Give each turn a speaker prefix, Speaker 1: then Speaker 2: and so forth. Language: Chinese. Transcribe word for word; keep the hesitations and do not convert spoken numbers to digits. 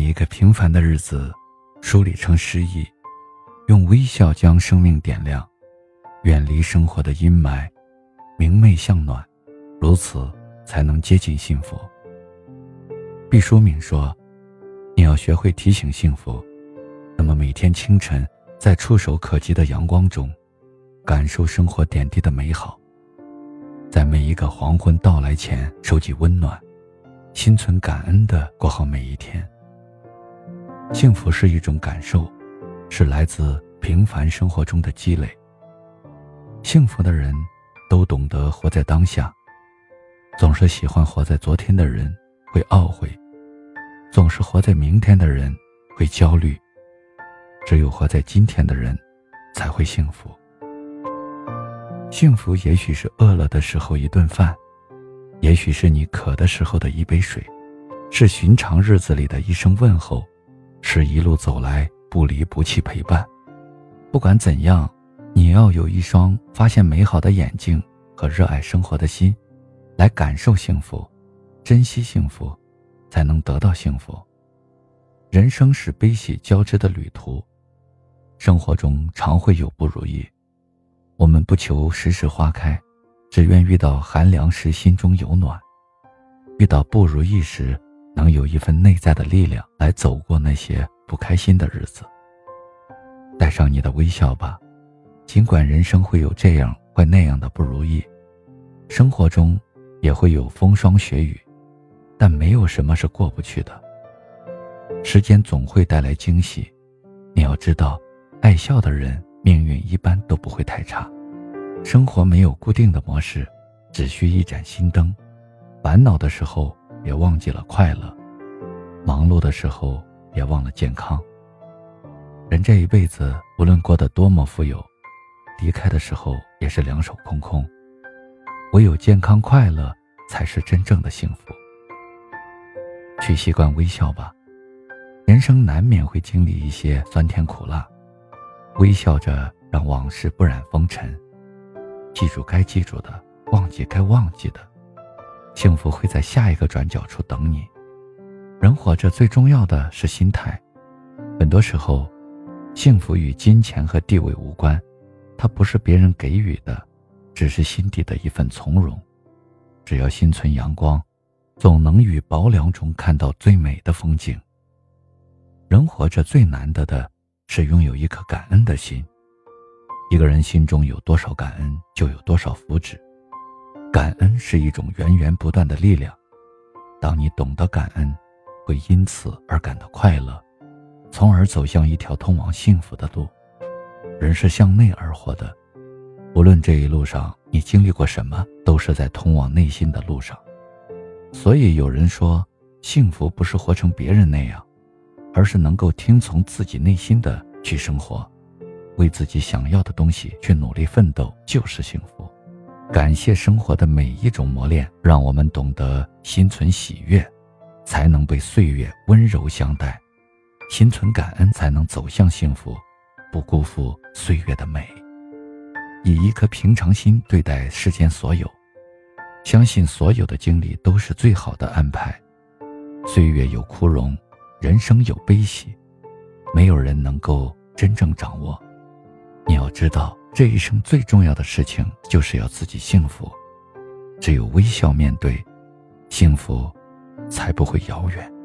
Speaker 1: 一个平凡的日子梳理成诗意，用微笑将生命点亮，远离生活的阴霾，明媚向暖，如此才能接近幸福。毕淑敏说，你要学会提醒幸福，那么每天清晨在触手可及的阳光中，感受生活点滴的美好，在每一个黄昏到来前收集温暖，心存感恩地过好每一天。幸福是一种感受，是来自平凡生活中的积累。幸福的人都懂得活在当下，总是喜欢活在昨天的人会懊悔，总是活在明天的人会焦虑，只有活在今天的人才会幸福。幸福也许是饿了的时候一顿饭，也许是你渴的时候的一杯水，是寻常日子里的一声问候，是一路走来不离不弃陪伴。不管怎样，你要有一双发现美好的眼睛和热爱生活的心，来感受幸福，珍惜幸福，才能得到幸福。人生是悲喜交织的旅途，生活中常会有不如意，我们不求时时花开，只愿遇到寒凉时心中有暖，遇到不如意时能有一份内在的力量来走过那些不开心的日子。带上你的微笑吧，尽管人生会有这样或那样的不如意，生活中也会有风霜雪雨，但没有什么是过不去的。时间总会带来惊喜，你要知道，爱笑的人命运一般都不会太差。生活没有固定的模式，只需一盏心灯。烦恼的时候别忘记了快乐，忙碌的时候别忘了健康。人这一辈子无论过得多么富有，离开的时候也是两手空空，唯有健康快乐才是真正的幸福。去习惯微笑吧，人生难免会经历一些酸甜苦辣，微笑着让往事不染风尘，记住该记住的，忘记该忘记的，幸福会在下一个转角处等你。人活着最重要的是心态，很多时候幸福与金钱和地位无关，它不是别人给予的，只是心底的一份从容。只要心存阳光，总能于薄凉中看到最美的风景。人活着最难得的是拥有一颗感恩的心，一个人心中有多少感恩，就有多少福祉。感恩是一种源源不断的力量，当你懂得感恩，会因此而感到快乐，从而走向一条通往幸福的路。人是向内而活的，无论这一路上你经历过什么，都是在通往内心的路上。所以有人说，幸福不是活成别人那样，而是能够听从自己内心的去生活，为自己想要的东西去努力奋斗，就是幸福。感谢生活的每一种磨练，让我们懂得心存喜悦，才能被岁月温柔相待。心存感恩，才能走向幸福，不辜负岁月的美。以一颗平常心对待世间所有，相信所有的经历都是最好的安排。岁月有枯荣，人生有悲喜，没有人能够真正掌握。你要知道，这一生最重要的事情就是要自己幸福，只有微笑面对，幸福才不会遥远。